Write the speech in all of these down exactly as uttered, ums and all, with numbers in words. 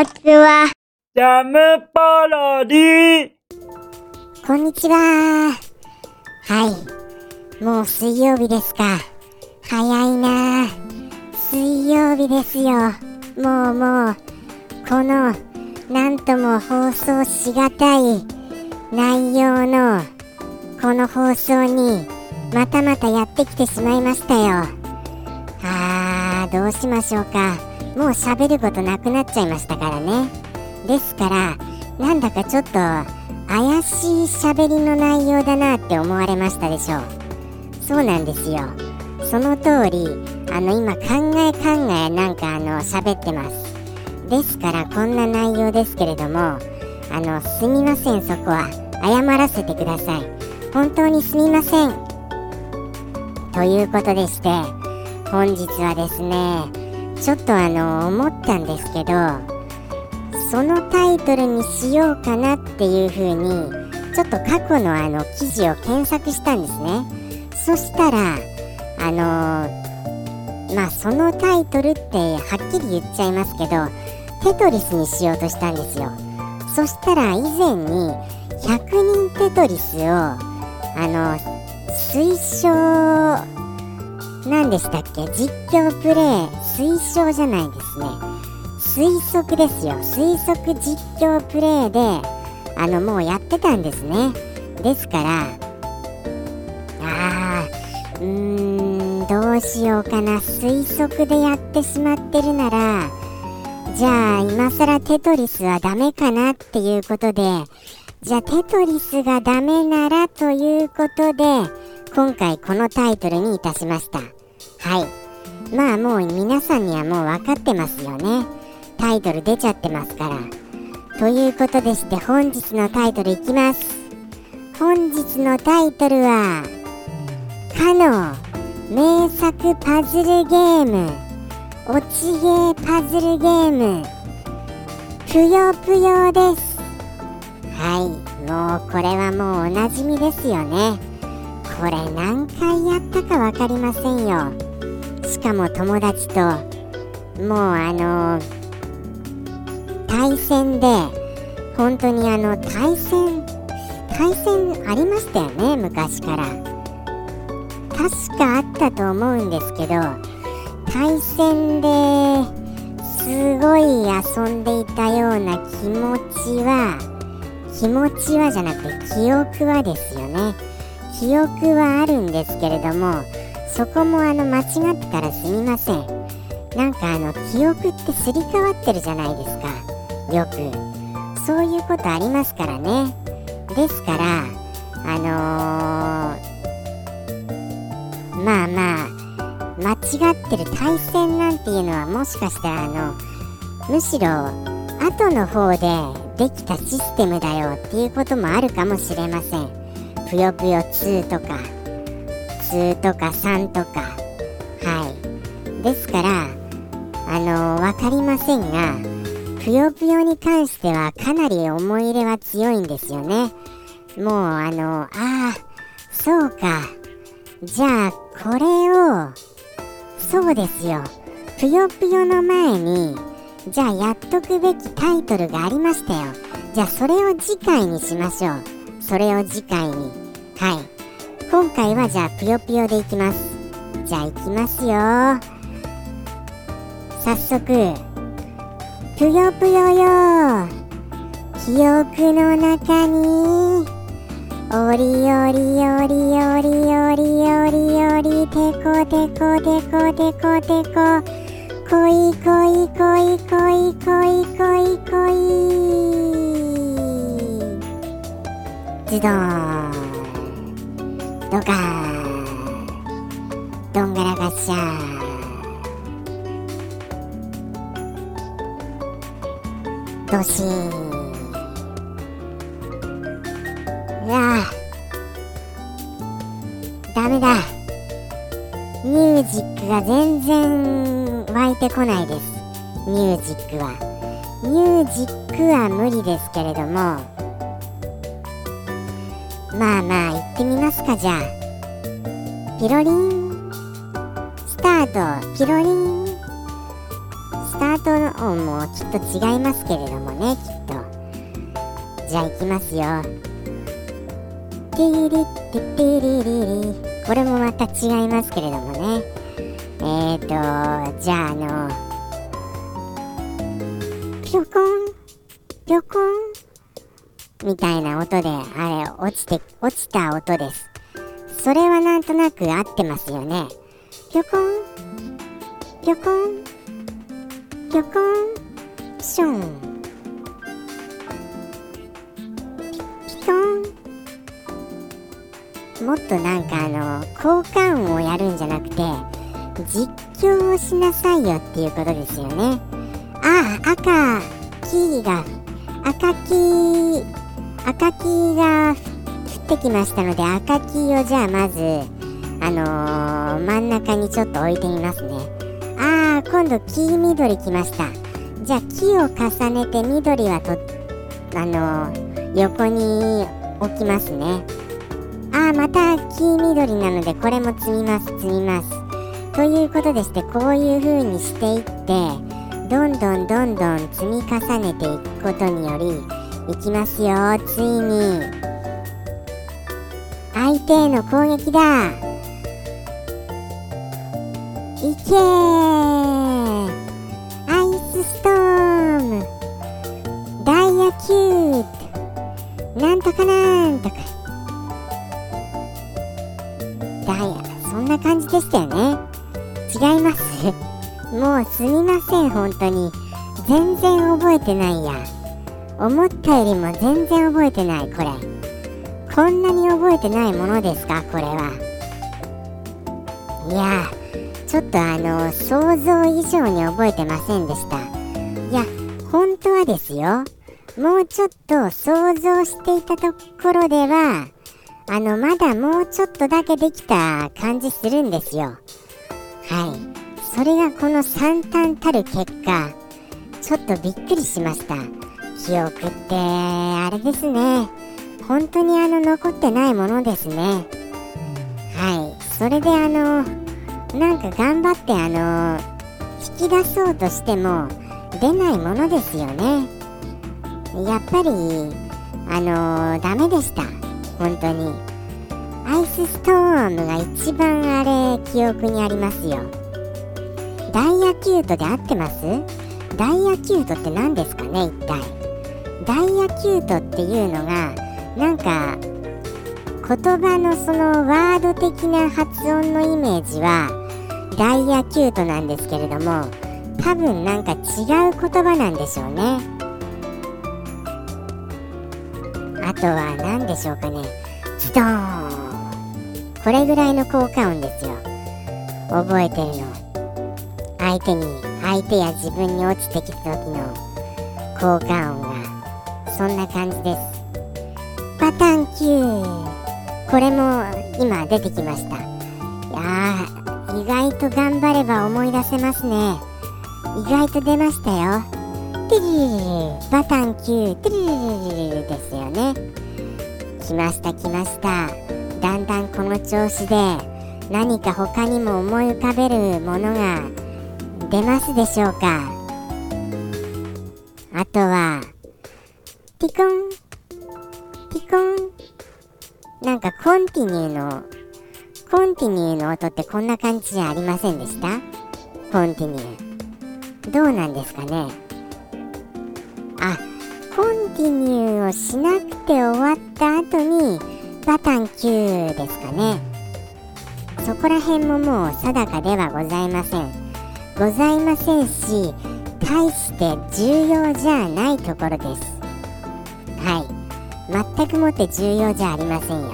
ちは。 ジャムパロディ。 こんにちは。はい。もう水曜日ですか。早いな。水曜日ですよ。もうもう、この、なんとも放送しがたい内容の、この放送に、またまたやってきてしまいましたよ。あー、どうしましょうか。もう喋ることなくなっちゃいましたからね。ですから、なんだかちょっと怪しい喋りの内容だなって思われましたでしょう。そうなんですよ。その通り、あの今考え考えなんかあの喋ってます。ですからこんな内容ですけれども、あのすみません、そこは謝らせてください。本当にすみません。ということでして、本日はですね、ちょっとあの思ったんですけど、そのタイトルにしようかなっていう風にちょっと過去のあの記事を検索したんですね。そしたらあのー、まあそのタイトルってはっきり言っちゃいますけど、テトリスにしようとしたんですよ。そしたら以前にひゃくにんテトリスをあの推奨何でしたっけ、実況プレイ推奨じゃないですね、推測ですよ。推測実況プレイであのもうやってたんですね。ですからあーうーんどうしようかな。推測でやってしまってるなら、じゃあ今更テトリスはダメかなっていうことで、じゃあテトリスがダメならということで今回このタイトルにいたしました。はい。まあもう皆さんにはもう分かってますよね。タイトル出ちゃってますから。ということでして本日のタイトルいきます。本日のタイトルはかの名作パズルゲーム、落ちゲーパズルゲームぷよぷよです。はい、もうこれはもうおなじみですよね。これ何回やったか分かりませんよ。しかも友達ともうあの対戦で本当にあの対戦対戦ありましたよね、昔から。確かあったと思うんですけど、対戦ですごい遊んでいたような気持ちは気持ちはじゃなくて記憶はですよね。記憶はあるんですけれども、そこもあの間違ってたらすみません。なんかあの記憶ってすり替わってるじゃないですか、よく。そういうことありますからね。ですからあのー、まあまあ間違ってる対戦なんていうのはもしかしたらあのむしろ後の方でできたシステムだよっていうこともあるかもしれません。ぷよぷよツーとかにとかさんとか、はい。ですからあのー、わかりませんが、ぷよぷよに関してはかなり思い入れは強いんですよね。もうあのー、ああそうか、じゃあこれをそうですよ、ぷよぷよの前にじゃあやっとくべきタイトルがありましたよ。じゃあそれを次回にしましょう。それを次回に、はい。今回はじゃあぷよぷよでいきます。じゃあいきますよ。早速ぷよぷよよ、記憶の中におりおりおりおりおりおりおりてこてこてこてこてここいこいこいこいこいこいこいズドーンドカーどんがらがっしゃードシーン。うわーダメだ、ミュージックが全然湧いてこないです。ミュージックはミュージックは無理ですけれども、まあまあ行ってみますか。じゃあピロリンスタート、ピロリンスタートの音もきっと違いますけれどもね、きっと。じゃあいきますよ。ティリッティティリリリ、これもまた違いますけれどもね。えーとじゃああのピョコンピョコンみたいな音で、あれ落ちて落ちた音です。それはなんとなく合ってますよね。ピョコンピョコンピョコンピションピピコン。もっとなんかあの効果音をやるんじゃなくて実況をしなさいよっていうことですよね。ああ、赤キーが赤キー赤キーが降ってきましたので、赤キーをじゃあまずあのー、真ん中にちょっと置いてみますね。ああ、今度キー緑きました。じゃあ木を重ねて緑はとあのー、横に置きますね。ああ、またキー緑なのでこれも積みます積みますということでして、こういう風にしていってどんどんどんどん積み重ねていくことにより、いきますよ、ついに相手への攻撃だ。いけー、アイスストーム、ダイヤキュー、なんとかなんとかダイヤ、そんな感じでしたよね。違いますもうすみません、本当に全然覚えてないや。思ったよりも全然覚えてない。これこんなに覚えてないものですか、これは。いやちょっとあの想像以上に覚えてませんでした。いや本当はですよ、もうちょっと想像していたところではあのまだもうちょっとだけできた感じするんですよ。はい、それがこの惨憺たる結果、ちょっとびっくりしました。記憶ってあれですね、本当にあの残ってないものですね。はい、それであのなんか頑張ってあの引き出そうとしても出ないものですよね。やっぱりあのダメでした、本当に。アイスストームが一番あれ記憶にありますよ。ダイヤキュートで合ってます？ダイヤキュートって何ですかね、一体。ダイヤキュートっていうのがなんか言葉のそのワード的な発音のイメージはダイヤキュートなんですけれども、多分なんか違う言葉なんでしょうね。あとは何でしょうかね、ズドーン、これぐらいの効果音ですよ、覚えてるの。相手に相手や自分に落ちてきた時の効果音がそんな感じです。パタンキュー、これも今出てきました。いやー、意外と頑張れば思い出せますね。意外と出ましたよ。ティリリリリ、バタンキュー、ティリリリリリですよね。来ました来ました。だんだんこの調子で何か他にも思い浮かべるものが出ますでしょうか。あとはピコンピコン、なんかコンティニューのコンティニューの音ってこんな感じじゃありませんでした？コンティニューどうなんですかね。あ、コンティニューをしなくて終わった後にバタンキューですかね。そこら辺ももう定かではございませんございませんし、大して重要じゃないところです。はい、全くもって重要じゃありませんよ。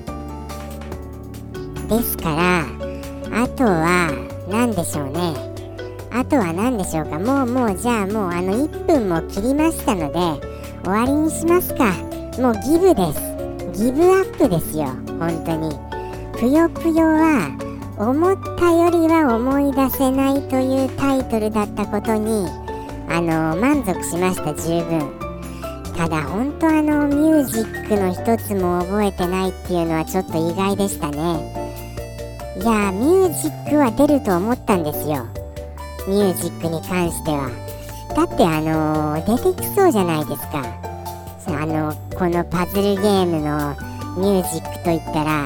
ですからあとは何でしょうね。あとは何でしょうか。もうもうじゃあもうあのいっぷんも切りましたので終わりにしますか。もうギブです。ギブアップですよ、本当に。ぷよぷよは思ったよりは思い出せないというタイトルだったことにあの満足しました、十分。ただ本当あのミュージックの一つも覚えてないっていうのはちょっと意外でしたね。いやミュージックは出ると思ったんですよ。 ミュージックに関しては。だってあのー、出てきそうじゃないですか。あのこのパズルゲームのミュージックといったら、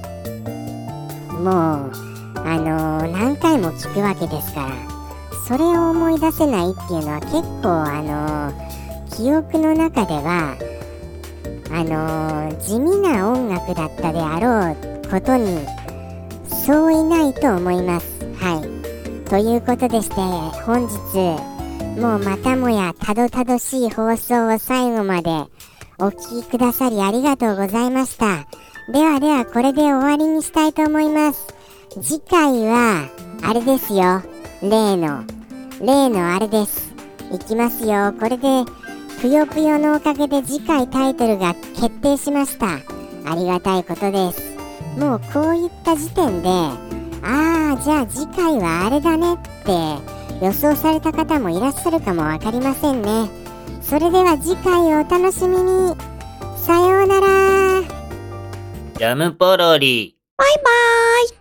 もうあのー、何回も聞くわけですから、それを思い出せないっていうのは結構あのー、記憶の中ではあのー、地味な音楽だったであろうことにそういないと思います。はい、ということでして、本日もうまたもやたどたどしい放送を最後までお聞きくださりありがとうございました。ではでは、これで終わりにしたいと思います。次回はあれですよ、例の例のあれです。いきますよ。これでぷよぷよのおかげで次回タイトルが決定しました。ありがたいことです。もうこういった時点で、ああじゃあ次回はあれだねって予想された方もいらっしゃるかもわかりませんね。それでは次回をお楽しみに。さようなら。 ジャムポロリ。 バイバーイ。